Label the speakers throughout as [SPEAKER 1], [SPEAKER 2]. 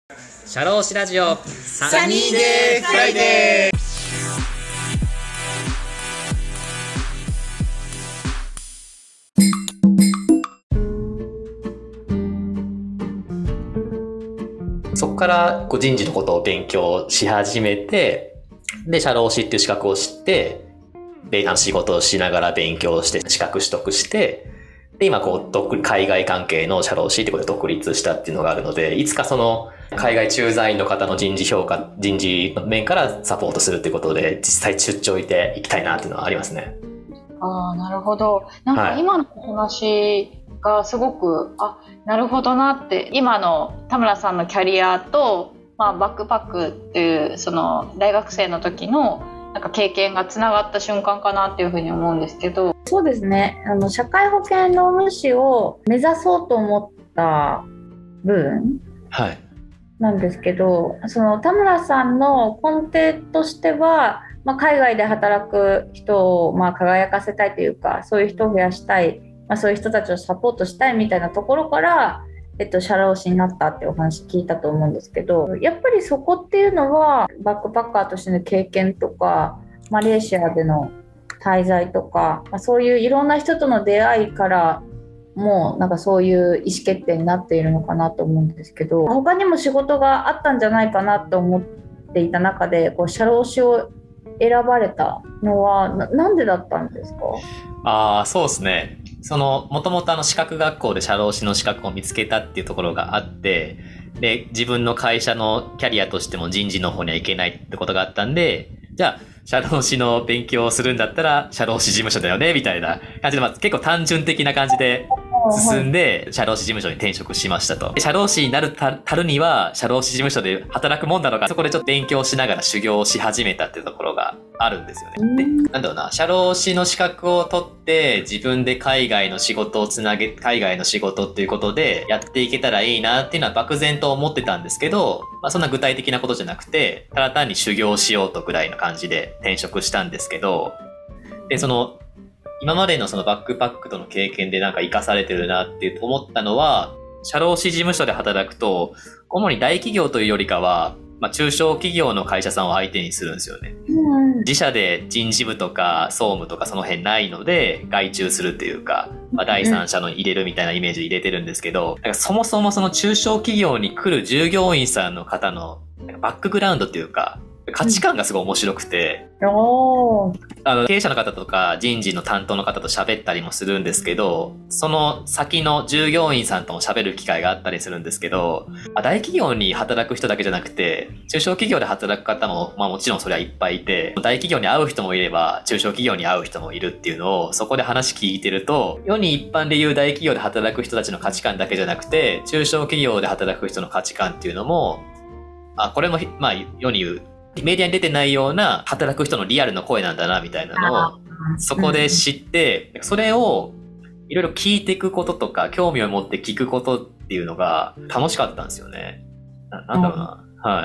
[SPEAKER 1] シャローシラジオ
[SPEAKER 2] サニーデーフライデー。
[SPEAKER 1] そこからこう人事のことを勉強し始めて、で、社労士っていう資格を知って、で、仕事をしながら勉強して、資格取得して、で、今こう、海外関係の社労士ってことで独立したっていうのがあるので、いつかその、海外駐在員の方の人事評価、人事の面からサポートするっていうことで、実際出張行っていきたいなっていうのはありますね。
[SPEAKER 2] ああ、なるほど。なんか今の話がすごく、なるほどなって、今の田村さんのキャリアと、バックパックっていう、その大学生の時のなんか経験がつながった瞬間かなっていうふうに思うんですけど。
[SPEAKER 3] そうですね。社会保険労務士を目指そうと思った部分。
[SPEAKER 1] はい。
[SPEAKER 3] なんですけど、その田村さんの根底としては、海外で働く人を輝かせたいというか、そういう人を増やしたい、そういう人たちをサポートしたいみたいなところから、社労士になったってお話聞いたと思うんですけど、やっぱりそこっていうのはバックパッカーとしての経験とか、マレーシアでの滞在とか、そういういろんな人との出会いからもうなんかそういう意思決定になっているのかなと思うんですけど、他にも仕事があったんじゃないかなと思っていた中で、社労士を選ばれたのはなんでだったんですか？
[SPEAKER 1] そうですね。もともと資格学校で社労士の資格を見つけたっていうところがあって、で、自分の会社のキャリアとしても人事の方には行けないってことがあったんで、じゃあ、社労士の勉強をするんだったら、社労士事務所だよね、みたいな感じで、結構単純的な感じで進んで、社労士事務所に転職しましたと。社労士になるたるには、社労士事務所で働くもんだろうか、そこでちょっと勉強しながら修行をし始めたっていうところがあるんですよね。で、なんだろうな、社労士の資格を取って、自分で海外の仕事を海外の仕事っていうことでやっていけたらいいなっていうのは漠然と思ってたんですけど、そんな具体的なことじゃなくて、ただ単に修行しようとぐらいの感じで転職したんですけど、で、今までのそのバックパックとの経験でなんか活かされてるなって思ったのは、社労士事務所で働くと、主に大企業というよりかは、中小企業の会社さんを相手にするんですよね。自社で人事部とか総務とかその辺ないので、外注するっていうか、第三者の入れるみたいなイメージで入れてるんですけど、そもそもその中小企業に来る従業員さんの方のバックグラウンドっていうか、価値観がすごい面白くて、経営者の方とか人事の担当の方と喋ったりもするんですけど、その先の従業員さんとも喋る機会があったりするんですけど、大企業に働く人だけじゃなくて、中小企業で働く方も、もちろんそれはいっぱいいて、大企業に会う人もいれば、中小企業に会う人もいるっていうのを、そこで話聞いてると、世に一般で言う大企業で働く人たちの価値観だけじゃなくて、中小企業で働く人の価値観っていうのも、これも、世に言う、メディアに出てないような働く人のリアルの声なんだなみたいなのをそこで知って、それをいろいろ聞いていくこととか興味を持って聞くことっていうのが楽しかったんですよね。なんだろうな、はい、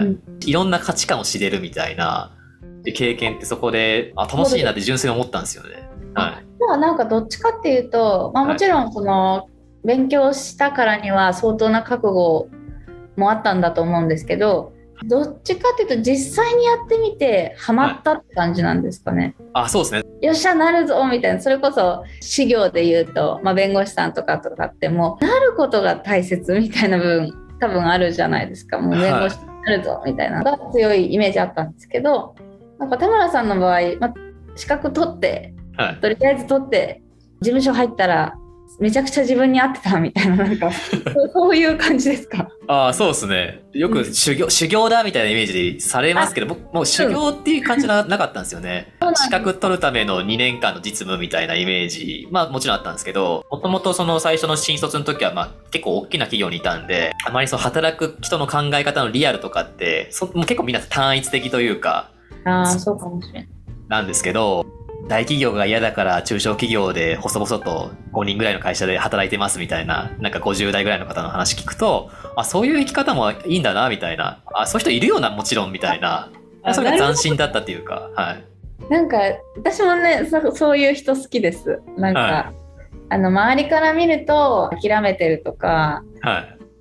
[SPEAKER 1] いろんな価値観を知れるみたいな経験ってそこで楽しいなって純粋に思ったんですよね。はい。
[SPEAKER 3] なんかどっちかっていうと、もちろん勉強したからには相当な覚悟もあったんだと思うんですけど、どっちかっていうと実際にやってみてハマったって感じなんですかね。
[SPEAKER 1] そうですね。
[SPEAKER 3] よっしゃなるぞみたいな、それこそ事業で言うと、弁護士さんとかってもなることが大切みたいな部分多分あるじゃないですか。もう弁護士になるぞみたいなのが強いイメージあったんですけど、なんか田村さんの場合、資格取って、とりあえず取って事務所入ったらめちゃくちゃ自分に合ってたみたいな、なんかそういう感じですか？
[SPEAKER 1] そうですね。よく修行だみたいなイメージでされますけど、僕もう修行っていう感じなかったんですよね。資格取るための2年間の実務みたいなイメージ、もちろんあったんですけど、もともと最初の新卒の時は結構大きな企業にいたんで、あまり働く人の考え方のリアルとかってもう結構みんな単一的というか、
[SPEAKER 3] そうかもしれない。
[SPEAKER 1] なんですけど、大企業が嫌だから中小企業で細々と5人ぐらいの会社で働いてますみたいな、なんか50代ぐらいの方の話聞くと、そういう生き方もいいんだなみたいな、そういう人いるよなもちろんみたいな、それが斬新だったっていうか、はい。
[SPEAKER 3] なんか私もね、そういう人好きです。なんか、周りから見ると諦めてるとか、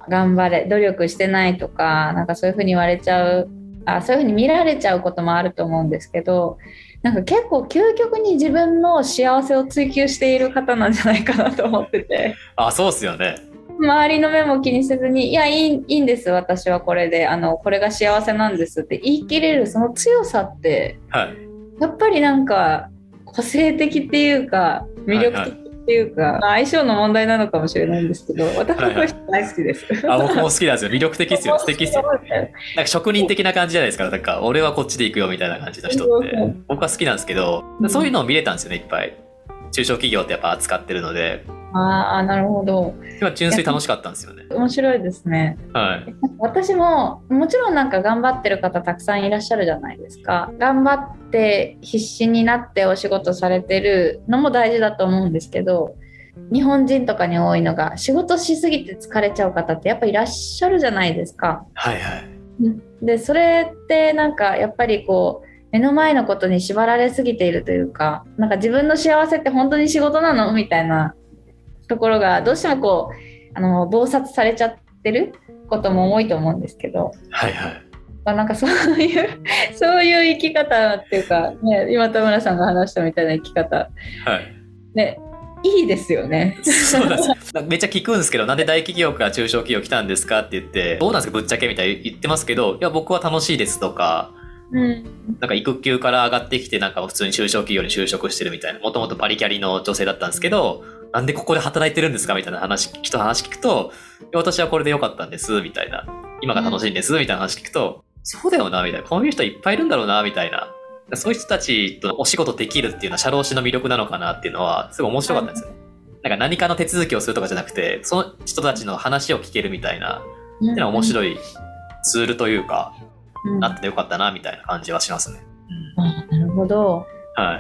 [SPEAKER 3] 頑張れ、努力してないとか、なんかそういうふうに言われちゃう、そういうふうに見られちゃうこともあると思うんですけど、なんか結構究極に自分の幸せを追求している方なんじゃないかなと思ってて。
[SPEAKER 1] そうっすよね。
[SPEAKER 3] 周りの目も気にせずに、いや、いいんです、私はこれで、これが幸せなんですって言い切れるその強さって、
[SPEAKER 1] はい、
[SPEAKER 3] やっぱりなんか個性的っていうか魅力的っていうか、相性の問題なのかもしれないんですけど、私はこういう人大好きです。
[SPEAKER 1] 僕も好きなんですよ。魅力的ですよ。素敵ですよ。なんか職人的な感じじゃないですか。なんか俺はこっちで行くよみたいな感じの人って僕は好きなんですけど、そういうのを見れたんですよね、いっぱい。中小企業ってやっぱ扱ってるので。
[SPEAKER 3] なるほど。
[SPEAKER 1] 今純粋楽しかったんですよね。
[SPEAKER 3] 面白いですね。
[SPEAKER 1] はい。
[SPEAKER 3] 私ももちろんなんか頑張ってる方たくさんいらっしゃるじゃないですか。頑張って必死になってお仕事されてるのも大事だと思うんですけど、日本人とかに多いのが仕事しすぎて疲れちゃう方ってやっぱいらっしゃるじゃないですか。
[SPEAKER 1] はいはい。
[SPEAKER 3] でそれってなんかやっぱりこう目の前のことに縛られすぎているというか、なんか自分の幸せって本当に仕事なのみたいなところがどうしてもこう忙殺されちゃってることも多いと思うんですけど、
[SPEAKER 1] はいはい。
[SPEAKER 3] なんかそういう生き方っていうか、ね、今田村さんが話したみたいな生き方、
[SPEAKER 1] はい
[SPEAKER 3] ね、いいですよね。
[SPEAKER 1] そうなんです。めっちゃ聞くんですけど、なんで大企業から中小企業来たんですかって言って、どうなんですかぶっちゃけみたいに言ってますけど、いや僕は楽しいですとか、なんか育休から上がってきてなんか普通に中小企業に就職してるみたいな、もともとパリキャリの女性だったんですけど、なんでここで働いてるんですかみたいな話聞くと、私はこれで良かったんですみたいな、今が楽しいんですみたいな話聞くと、そうだよなみたいな、こういう人いっぱいいるんだろうなみたいな、そういう人たちとお仕事できるっていうのは社労士の魅力なのかなっていうのはすごい面白かったんですよね。なんか何かの手続きをするとかじゃなくて、その人たちの話を聞けるみたいな、っていうのは面白いツールというか、なっててよかったなみたいな感じはしますね。
[SPEAKER 3] なるほど。
[SPEAKER 1] はい。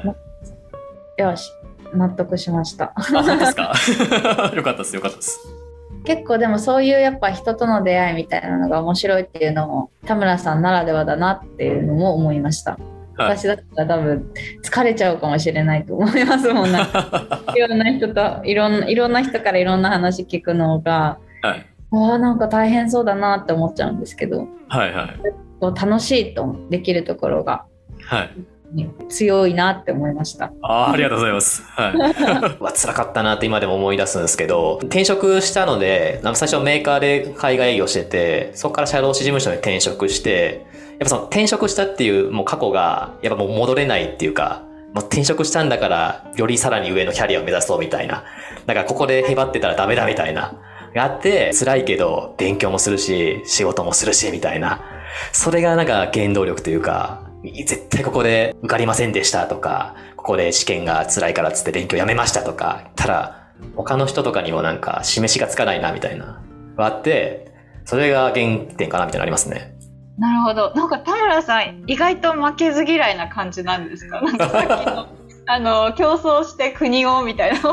[SPEAKER 3] よし、納得しました。
[SPEAKER 1] 本当ですか？よかったですよかったです。
[SPEAKER 3] 結構でもそういうやっぱ人との出会いみたいなのが面白いっていうのも田村さんならではだなっていうのも思いました。私だったら多分疲れちゃうかもしれないと思いますもん。なんかいろんな人といろんな人からいろんな話聞くのが、はい、なんか大変そうだなって思っちゃうんですけど、
[SPEAKER 1] はいはい、
[SPEAKER 3] 楽しいとできるところが、
[SPEAKER 1] はい、
[SPEAKER 3] 強いなって思いました。
[SPEAKER 1] ありがとうございます。はい。辛かったなって今でも思い出すんですけど、転職したので、なんか最初メーカーで海外営業してて、そこから社労士事務所に転職して、やっぱその転職したっていうもう過去がやっぱもう戻れないっていうか、もう転職したんだからよりさらに上のキャリアを目指そうみたいな、だからここでへばってたらダメだみたいながあって、辛いけど勉強もするし仕事もするしみたいな、それがなんか原動力というか、絶対ここで受かりませんでしたとか、ここで試験が辛いからっつって勉強やめましたとか、ただ他の人とかにもなんか示しがつかないなみたいながあって、それが原点かなみたいなのありますね。
[SPEAKER 2] なるほど。なんか田村さん意外と負けず嫌いな感じなんですか？なんかさっきの競争して国をみたいな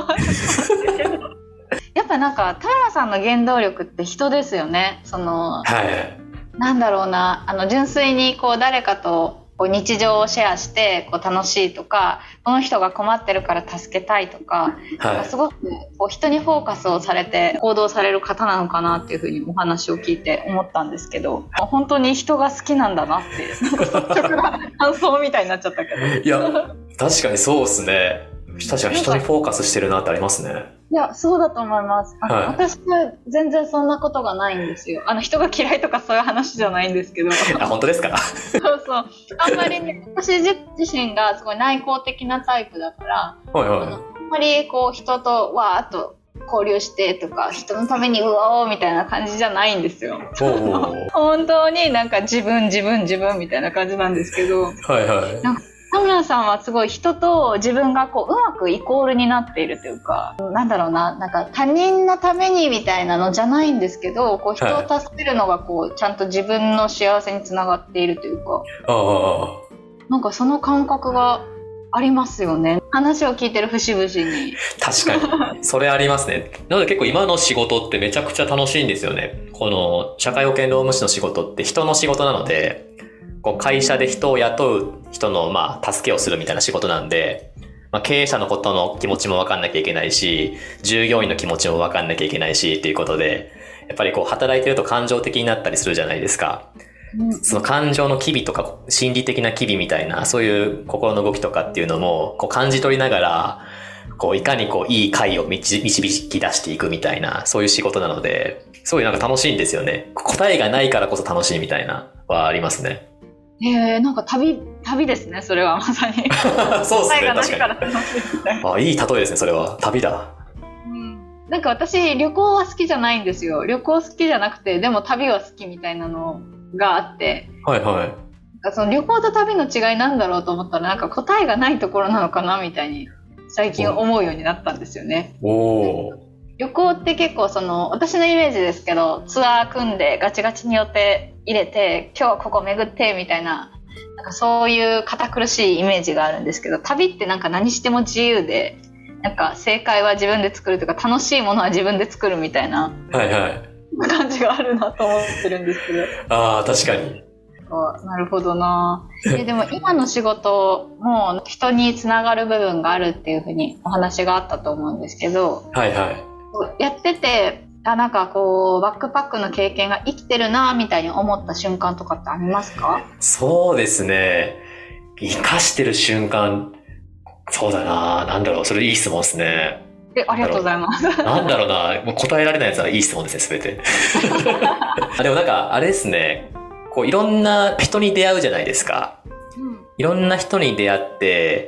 [SPEAKER 2] やっぱなんか田村さんの原動力って人ですよね。はい、なんだろうな、純粋にこう誰かとこう日常をシェアしてこう楽しいとか、この人が困ってるから助けたいとか、はい、すごくこう人にフォーカスをされて行動される方なのかなっていうふうにお話を聞いて思ったんですけど、本当に人が好きなんだなって率直な感想みたいになっちゃったけど。
[SPEAKER 1] いや確かにそうですね。確かに人にフォーカスしてるなってありますね。
[SPEAKER 2] いや、そうだと思います。はい、私は全然そんなことがないんですよ。人が嫌いとかそういう話じゃないんですけど。
[SPEAKER 1] 本当ですか？
[SPEAKER 2] そうそう。あんまりね、私自身がすごい内向的なタイプだから、
[SPEAKER 1] はいはい、
[SPEAKER 2] あんまりこう人とわーっと交流してとか、人のためにうわーみたいな感じじゃないんですよ。本当になんか自分みたいな感じなんですけど。はいはい。なんか田村さんはすごい人と自分がこううまくイコールになっているというか、なんだろうな、なんか他人のためにみたいなのじゃないんですけど、こう人を助けるのがこうちゃんと自分の幸せにつながっているというか、なんかその感覚がありますよね。話を聞いてる節々に。確
[SPEAKER 1] かにそれありますね。なので結構今の仕事ってめちゃくちゃ楽しいんですよね。この社会保険労務士の仕事って人の仕事なので、こう会社で人を雇う人の助けをするみたいな仕事なんで、経営者のことの気持ちも分かんなきゃいけないし、従業員の気持ちも分かんなきゃいけないしっていうことで、 やっぱりこう働いてると感情的になったりするじゃないですか。その感情の機微とか心理的な機微みたいな、そういう心の動きとかっていうのもこう感じ取りながら、こういかにこういい解を導き出していくみたいな、そういう仕事なので、すごいなんか楽しいんですよね。答えがないからこそ楽しいみたいなはありますね。
[SPEAKER 2] なんか旅ですね、それはまさに。
[SPEAKER 1] そうですね、
[SPEAKER 2] 答えがない
[SPEAKER 1] 確か
[SPEAKER 2] から楽しいみたいな。
[SPEAKER 1] に。いい例えですね、それは。旅だ。
[SPEAKER 2] なんか私、旅行は好きじゃないんですよ。旅行好きじゃなくて、でも旅は好きみたいなのがあって。
[SPEAKER 1] はいはい。
[SPEAKER 2] なんかその旅行と旅の違いなんだろうと思ったら、なんか答えがないところなのかなみたいに最近思うようになったんですよね。旅行って結構私のイメージですけど、ツアー組んでガチガチに予定入れて、今日はここ巡ってみたいな、なんかそういう堅苦しいイメージがあるんですけど、旅ってなんか何しても自由で、なんか正解は自分で作るというか、楽しいものは自分で作るみたいな感じがあるなと思ってるんですけど。
[SPEAKER 1] 確かに。
[SPEAKER 2] なるほどな。でも今の仕事も人につながる部分があるっていうふうにお話があったと思うんですけど、やっててなんかこうバックパックの経験が生きてるなみたいに思った瞬間とかってありますか？
[SPEAKER 1] そうですね、生かしてる瞬間、そうだな、なんだろう、それいい質問ですね。
[SPEAKER 2] ありがとうございます。
[SPEAKER 1] なんだろうな、もう答えられないやつはいい質問ですね、すべて。でもなんかあれですね、こういろんな人に出会うじゃないですか。いろんな人に出会って、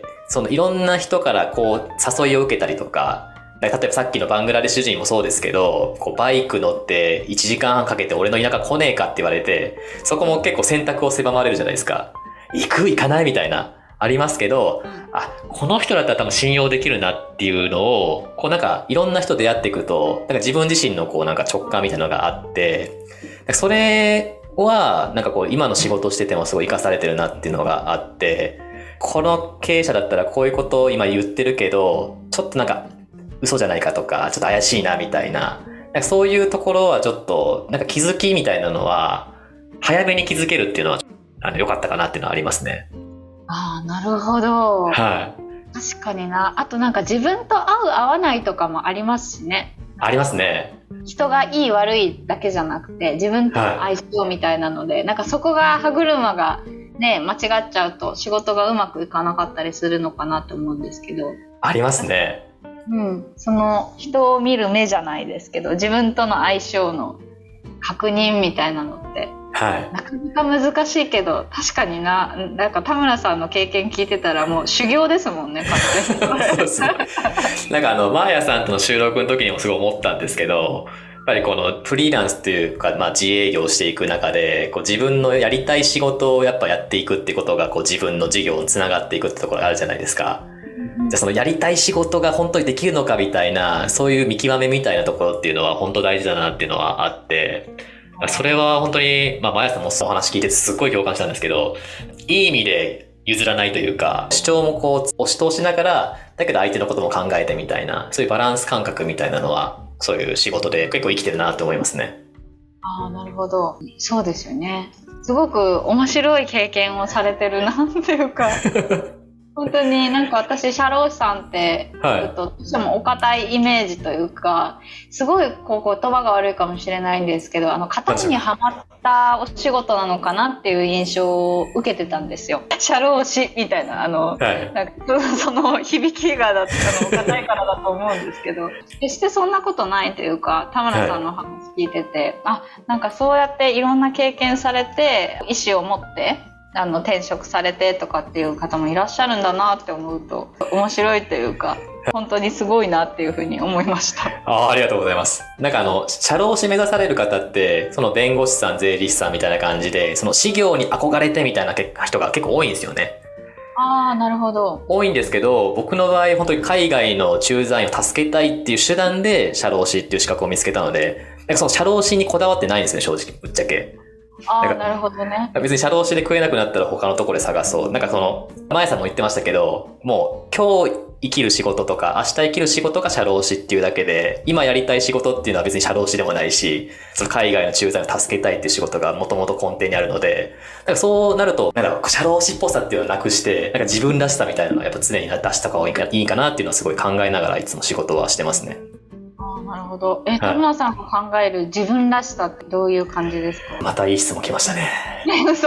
[SPEAKER 1] そのいろんな人からこう誘いを受けたりとか、例えばさっきのバングラデシュ人もそうですけど、こうバイク乗って1時間半かけて俺の田舎来ねえかって言われて、そこも結構選択を狭まれるじゃないですか。行く行かないみたいなありますけど、この人だったら多分信用できるなっていうのを、こうなんかいろんな人出会っていくと、なんか自分自身のこうなんか直感みたいなのがあって、それはなんかこう今の仕事しててもすごい活かされてるなっていうのがあって、この経営者だったらこういうことを今言ってるけど、ちょっとなんか嘘じゃないかとか、ちょっと怪しいなみたいな、なんかそういうところはちょっとなんか気づきみたいなのは早めに気づけるっていうのは良かったかなっていうのはありますね。
[SPEAKER 2] なるほど。
[SPEAKER 1] はい。
[SPEAKER 2] 確かにな。あとなんか自分と合う合わないとかもありますしね。
[SPEAKER 1] ありますね。
[SPEAKER 2] 人がいい悪いだけじゃなくて、自分との相性みたいなので、なんかそこが歯車がね、間違っちゃうと仕事がうまくいかなかったりするのかなと思うんですけど。
[SPEAKER 1] ありますね。
[SPEAKER 2] その人を見る目じゃないですけど、自分との相性の確認みたいなのって、なかなか難しいけど、確かになんか田村さんの経験聞いてたらもう修行ですもんね、完全に。
[SPEAKER 1] そうですね。なんかマーヤさんとの収録の時にもすごい思ったんですけど、やっぱりこのフリーランスというか、自営業をしていく中で、こう自分のやりたい仕事をやっぱやっていくってことが、こう自分の事業につながっていくってところがあるじゃないですか。じゃあそのやりたい仕事が本当にできるのかみたいな、そういう見極めみたいなところっていうのは本当大事だなっていうのはあって、それは本当に、マヤさんもお話聞いてすっごい共感したんですけど、いい意味で譲らないというか、主張もこう押し通しながら、だけど相手のことも考えてみたいな、そういうバランス感覚みたいなのは、そういう仕事で結構生きてるなって思いますね。
[SPEAKER 2] なるほど。そうですよね。すごく面白い経験をされてるなっていうか。本当になんか私、社労士さんって言うと、どうしてもお堅いイメージというか、すごいこう言葉が悪いかもしれないんですけど、型にはまったお仕事なのかなっていう印象を受けてたんですよ。社労士みたいな、なんかその響きがだったのお堅いからだと思うんですけど、決してそんなことないというか、田村さんの話聞いてて、なんかそうやっていろんな経験されて、意思を持って、転職されてとかっていう方もいらっしゃるんだなって思うと面白いというか、本当にすごいなっていうふうに思いました。
[SPEAKER 1] ありがとうございます。なんか社労士目指される方って、その弁護士さん、税理士さんみたいな感じで、その事業に憧れてみたいな人が結構多いんですよね。
[SPEAKER 2] なるほど。
[SPEAKER 1] 多いんですけど、僕の場合本当に海外の駐在員を助けたいっていう手段で社労士っていう資格を見つけたので、なんかその社労士にこだわってないんですね、正直ぶっちゃけ。
[SPEAKER 2] なるほどね。
[SPEAKER 1] 別に社労士で食えなくなったら他のところで探そう。なんか前さんも言ってましたけど、もう今日生きる仕事とか明日生きる仕事が社労士っていうだけで、今やりたい仕事っていうのは別に社労士でもないし、その海外の駐在を助けたいっていう仕事がもともと根底にあるので、なんかそうなると、なんか社労士っぽさっていうのをなくして、なんか自分らしさみたいなのをやっぱ常に出した方がいいかなっていうのはすごい考えながらいつも仕事はしてますね。
[SPEAKER 2] なるほほど。田村さんが考える自分らしさってどういう感じですか？
[SPEAKER 1] またいい質問来ましたね。
[SPEAKER 2] 嘘。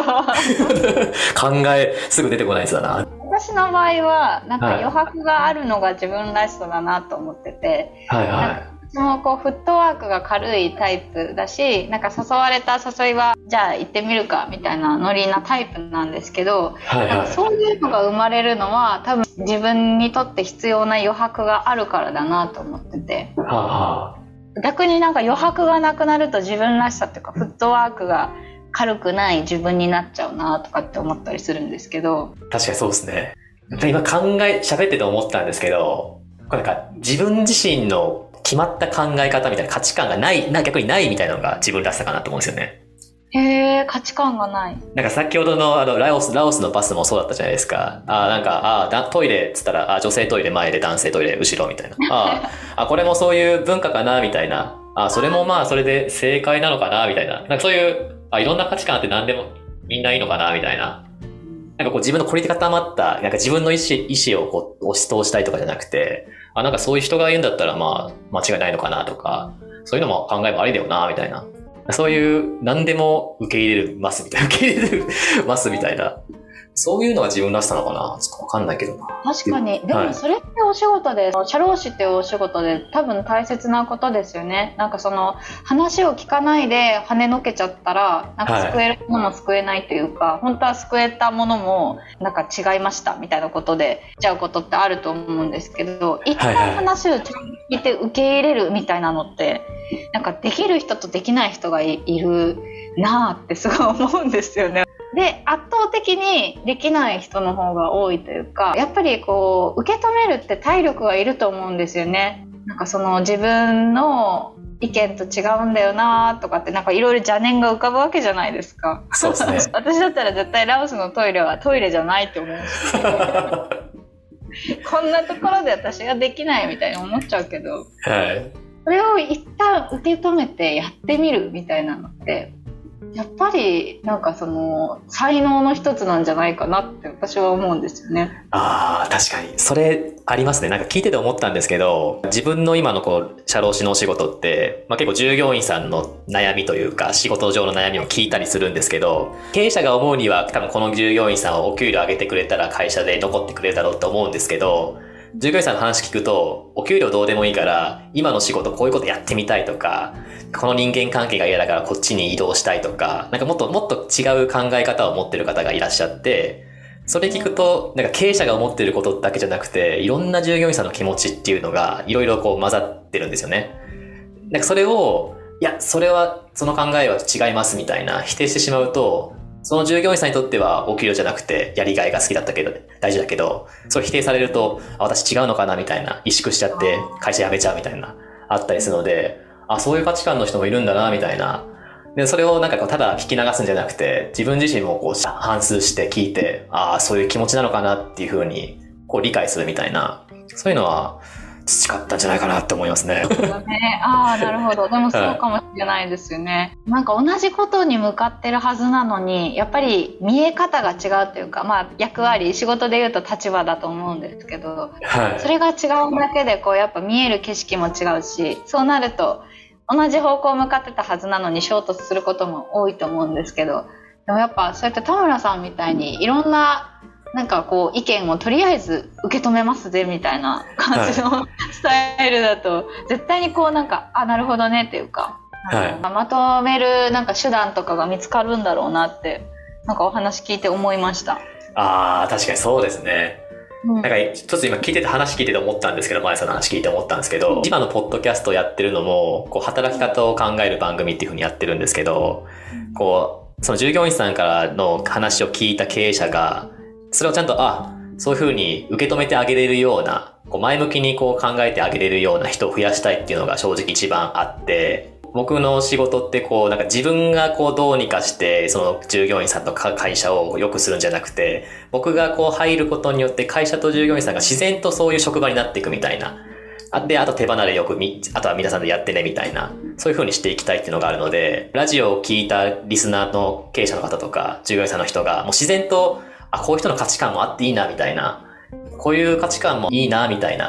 [SPEAKER 1] すぐ出てこないやつだな。
[SPEAKER 2] 私の場合は、なんか余白があるのが自分らしさだなと思ってて、
[SPEAKER 1] はいはい。
[SPEAKER 2] 私もこうフットワークが軽いタイプだし、なんか誘われた誘いはじゃあ行ってみるかみたいなノリなタイプなんですけど、
[SPEAKER 1] はいはい、
[SPEAKER 2] そういうのが生まれるのは多分自分にとって必要な余白があるからだなと思ってて、
[SPEAKER 1] はあは
[SPEAKER 2] あ、逆になんか余白がなくなると自分らしさっていうかフットワークが軽くない自分になっちゃうなとかって思ったりするんですけど。
[SPEAKER 1] 確かにそうですね。今喋ってて思ったんですけど、これなんか自分自身の決まった考え方みたいな価値観が逆にないみたいなのが自分らしさかなと思うんですよね。
[SPEAKER 2] へー、価値観がない。
[SPEAKER 1] なんか先ほどのラオスのバスもそうだったじゃないですか。トイレっつったら、女性トイレ前で男性トイレ後ろみたいな。これもそういう文化かなみたいな。それもまあそれで正解なのかなみたいな。なんかそういう、いろんな価値観って何でもみんないいのかなみたいな。なんかこう自分の凝り固まった、なんか自分の意思をこう押し通したいとかじゃなくて、なんかそういう人が言うんだったらまあ間違いないのかなとか、そういうのも考えもありだよなみたいな。そういう何でも受け入れますみたいな。そういうのが自分らしさなのかな、ちょっとわかんないけどな。
[SPEAKER 2] 確かに。でもそれってお仕事で、社労士っていうお仕事で多分大切なことですよね。なんかその話を聞かないで跳ねのけちゃったら、なんか救えるものも救えないというか、本当は救えたものもなんか違いましたみたいなことでちゃうことってあると思うんですけど、一回話をちゃんと聞いて受け入れるみたいなのって、なんかできる人とできない人がいるなーってすごい思うんですよね。で、圧倒的にできない人の方が多いというか、やっぱりこう受け止めるって体力はいると思うんですよね。なんかその自分の意見と違うんだよなとかって、なんかいろいろ邪念が浮かぶわけじゃないですか。
[SPEAKER 1] そうですね。
[SPEAKER 2] 私だったら絶対ラオスのトイレはトイレじゃないって思うしこんなところで私ができないみたいに思っちゃうけど、
[SPEAKER 1] はい、
[SPEAKER 2] それを一旦受け止めてやってみるみたいなのってやっぱりなんかその才能の一つなんじゃないかなって私は思うんですよね。
[SPEAKER 1] 確かにそれありますね。なんか聞いてて思ったんですけど、自分の今のこう社労士のお仕事って、結構従業員さんの悩みというか仕事上の悩みを聞いたりするんですけど、経営者が思うには多分この従業員さんをお給料上げてくれたら会社で残ってくれるだろうと思うんですけど、従業員さんの話聞くと、お給料どうでもいいから今の仕事こういうことやってみたいとか、この人間関係が嫌だからこっちに移動したいとか、なんかもっと違う考え方を持ってる方がいらっしゃって、それ聞くとなんか経営者が思ってることだけじゃなくて、いろんな従業員さんの気持ちっていうのがいろいろこう混ざってるんですよね。なんかそれを、いやそれはその考えは違いますみたいな否定してしまうと、その従業員さんにとってはお給料じゃなくてやりがいが好きだったけど大事だけど、それ否定されると私違うのかなみたいな、萎縮しちゃって会社辞めちゃうみたいなあったりするので、そういう価値観の人もいるんだなみたいな。でそれをなんかこうただ聞き流すんじゃなくて、自分自身もこう反芻して聞いて、そういう気持ちなのかなっていう風にこう理解するみたいな、そういうのは培ったんじゃないかなって思いますね。
[SPEAKER 2] なるほど。でもそうかもしれないですよね。なんか同じことに向かってるはずなのに、やっぱり見え方が違うというか、役割、仕事で言うと立場だと思うんですけど、それが違うだけでこうやっぱ見える景色も違うし、そうなると同じ方向向かってたはずなのに衝突することも多いと思うんですけど、でもやっぱそうやって田村さんみたいにいろんななんかこう意見をとりあえず受け止めますぜみたいな感じのスタイルだと、絶対にこうなんかなるほどねっていうか、まとめるなんか手段とかが見つかるんだろうなってなんかお話聞いて思いました。
[SPEAKER 1] 確かにそうですね。なんか一つ今話聞いてて思ったんですけど、前さんの話聞いて思ったんですけど、今のポッドキャストやってるのもこう働き方を考える番組っていう風にやってるんですけど、こうその従業員さんからの話を聞いた経営者がそれをちゃんとそういう風に受け止めてあげれるような、こう前向きにこう考えてあげれるような人を増やしたいっていうのが正直一番あって、僕の仕事ってこうなんか自分がこうどうにかしてその従業員さんと会社を良くするんじゃなくて、僕がこう入ることによって会社と従業員さんが自然とそういう職場になっていくみたいな。で、あと手離れよくあとは皆さんでやってねみたいな、そういう風にしていきたいっていうのがあるので、ラジオを聞いたリスナーの経営者の方とか従業員さんの人がもう自然とこういう人の価値観もあっていいなみたいな、こういう価値観もいいなみたいな、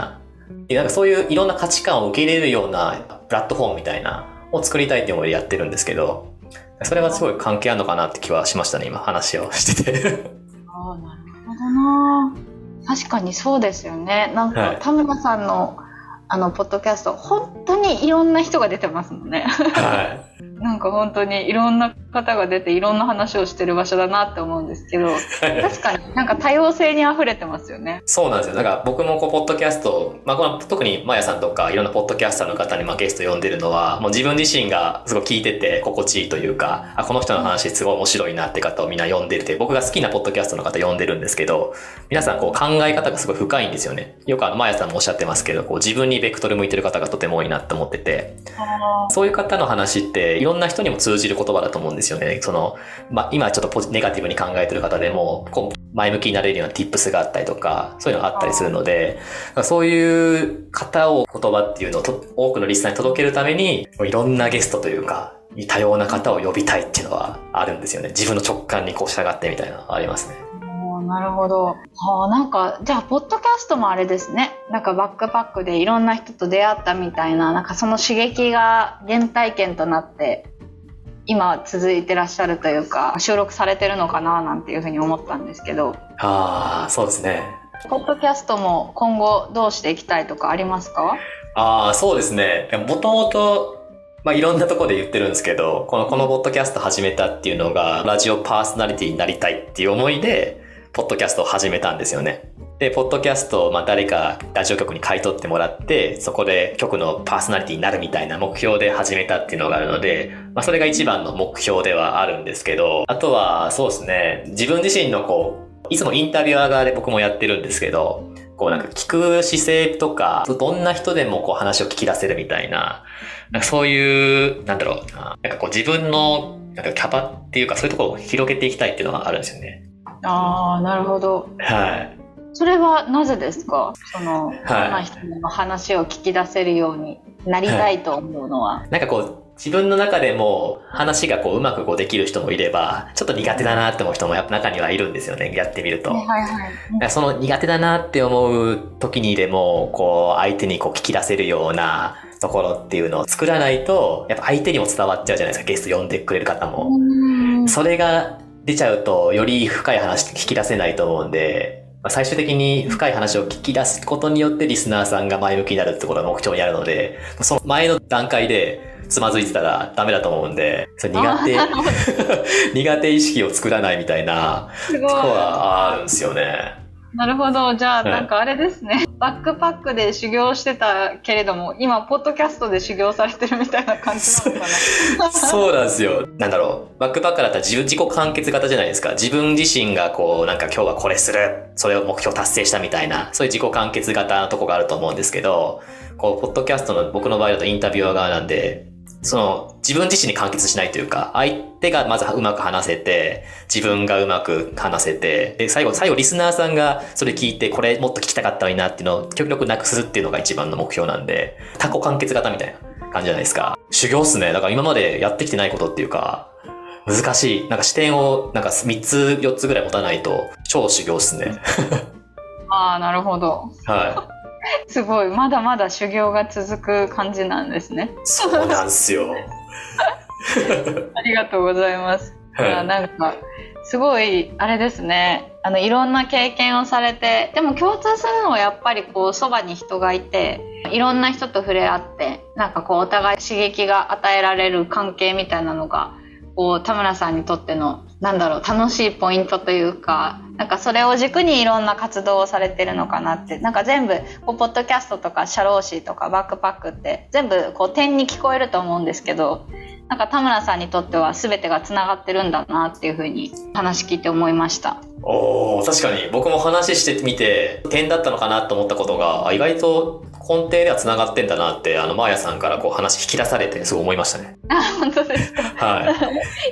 [SPEAKER 1] なんかそういういろんな価値観を受け入れるようなプラットフォームみたいなを作りたいっていう思いでやってるんですけど、それはすごい関係あるのかなって気はしましたね、今話をしてて。
[SPEAKER 2] ああ、なるほどな。確かにそうですよね。なんか、田村さんのポッドキャスト、本当にいろんな人が出てますもんね。
[SPEAKER 1] はい。
[SPEAKER 2] なんか本当にいろんな方が出ていろんな話をしてる場所だなって思うんですけど、確かになんか多様性に溢れてますよね。
[SPEAKER 1] そうなんですよ。だから僕もこうポッドキャスト、この特にマヤさんとかいろんなポッドキャスターの方にゲスト呼んでるのは、もう自分自身がすごい聞いてて心地いいというか、この人の話すごい面白いなって方をみんな呼んでて、僕が好きなポッドキャストの方呼んでるんですけど、皆さんこう考え方がすごい深いんですよね。よくマヤさんもおっしゃってますけど、こう自分にベクトル向いてる方がとても多いなって思ってて、そういう方の話っていろんな人にも通じる言葉だと思うんですよね。今ちょっとネガティブに考えてる方でも、こう前向きになれるような tips があったりとか、そういうのがあったりするので、そういう方を言葉っていうのを多くのリスナーに届けるために、いろんなゲストというか、多様な方を呼びたいっていうのはあるんですよね。自分の直感にこう従ってみたいなのがありますね。
[SPEAKER 2] なるほど。なんか、じゃあ、ポッドキャストもあれですね。なんかバックパックでいろんな人と出会ったみたいな、なんかその刺激が原体験となって、今続いてらっしゃるというか、収録されてるのかななんていうふうに思ったんですけど。
[SPEAKER 1] そうですね。
[SPEAKER 2] ポッドキャストも今後どうしていきたいとかありますか？
[SPEAKER 1] そうですね。もともと、いろんなところで言ってるんですけど、このポッドキャスト始めたっていうのが、ラジオパーソナリティになりたいっていう思いで、ポッドキャストを始めたんですよね。で、ポッドキャストを誰かラジオ局に買い取ってもらって、そこで局のパーソナリティになるみたいな目標で始めたっていうのがあるので、それが一番の目標ではあるんですけど、あとはそうですね、自分自身のいつもインタビュアー側で僕もやってるんですけど、なんか聞く姿勢とか、どんな人でも話を聞き出せるみたいな、そういう、なんか自分のキャパっていうか、そういうところを広げていきたいっていうのがあるんですよね。
[SPEAKER 2] なるほど。
[SPEAKER 1] はい。
[SPEAKER 2] それはなぜですか？どんな人の話を聞き出せるようになりたいと思うのは。
[SPEAKER 1] なんか自分の中でも話がうまくできる人もいれば、ちょっと苦手だなって思う人もやっぱ中にはいるんですよね、やってみると。その苦手だなって思う時にでも、相手に聞き出せるようなところっていうのを作らないと、やっぱ相手にも伝わっちゃうじゃないですか、ゲスト呼んでくれる方も。それが出ちゃうと、より深い話聞き出せないと思うんで、最終的に深い話を聞き出すことによってリスナーさんが前向きになるってことが目標にあるので、その前の段階でつまずいてたらダメだと思うんで、それ苦手意識を作らないみたいなとこはあるんですよね。
[SPEAKER 2] なるほど。じゃあ、なんかあれですね。バックパックで修行してたけれども、今、ポッドキャストで修行されてるみたいな感じなのかな。
[SPEAKER 1] そうなんですよ。バックパックだったら自己完結型じゃないですか。自分自身がなんか今日はこれする。それを目標達成したみたいな、そういう自己完結型のとこがあると思うんですけど、ポッドキャストの僕の場合だとインタビュアー側なんで、自分自身に完結しないというか、相手がまずうまく話せて、自分がうまく話せて、で、最後リスナーさんがそれ聞いて、これもっと聞きたかったのになっていうのを極力なくすっていうのが一番の目標なんで、他己完結型みたいな感じじゃないですか。修行っすね。だから今までやってきてないことっていうか、難しい。なんか視点を3つ4つぐらい持たないと超修行っすね。
[SPEAKER 2] なるほど。
[SPEAKER 1] はい。
[SPEAKER 2] すごい、まだまだ修行が続く感じなんですね。
[SPEAKER 1] そうなんですよ。
[SPEAKER 2] ありがとうございます。なんか、すごい、あれですね。いろんな経験をされて、でも共通するのはやっぱりそばに人がいて、いろんな人と触れ合って、なんかお互い刺激が与えられる関係みたいなのが、田村さんにとっての、楽しいポイントというか、なんかそれを軸にいろんな活動をされてるのかなって、なんか全部ポッドキャストとか社労士とかバックパックって全部点に聞こえると思うんですけど、なんか田村さんにとっては全てがつながってるんだなっていうふうに話聞いて思いました。
[SPEAKER 1] 確かに僕も話してみて点だったのかなと思ったことが、意外と根底ではつながってんだなって、マーヤさんから話引き出されてすごい思いましたね。
[SPEAKER 2] 本当ですか。
[SPEAKER 1] はい。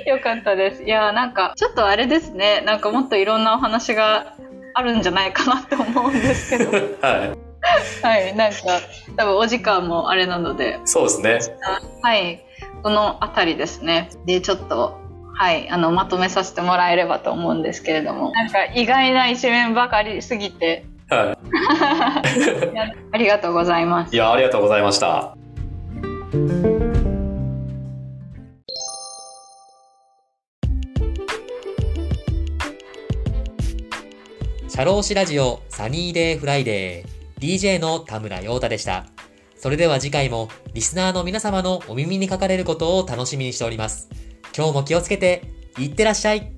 [SPEAKER 2] よかったです。いや、なんかちょっとあれですね。なんかもっといろんなお話があるんじゃないかなって思うんですけど。はい。はい、なんか多分お時間もあれなので。
[SPEAKER 1] そうですね。
[SPEAKER 2] はい。このあたりですね。で、ちょっと。はい、まとめさせてもらえればと思うんですけれども、なんか意外な一面ばかりすぎて
[SPEAKER 1] はい
[SPEAKER 2] やありがとうございます。
[SPEAKER 1] いや、ありがとうございました。社労士ラジオサニーデイフライデー DJ の田村陽太でした。それでは次回もリスナーの皆様のお耳にかかれることを楽しみにしております。今日も気をつけていってらっしゃい。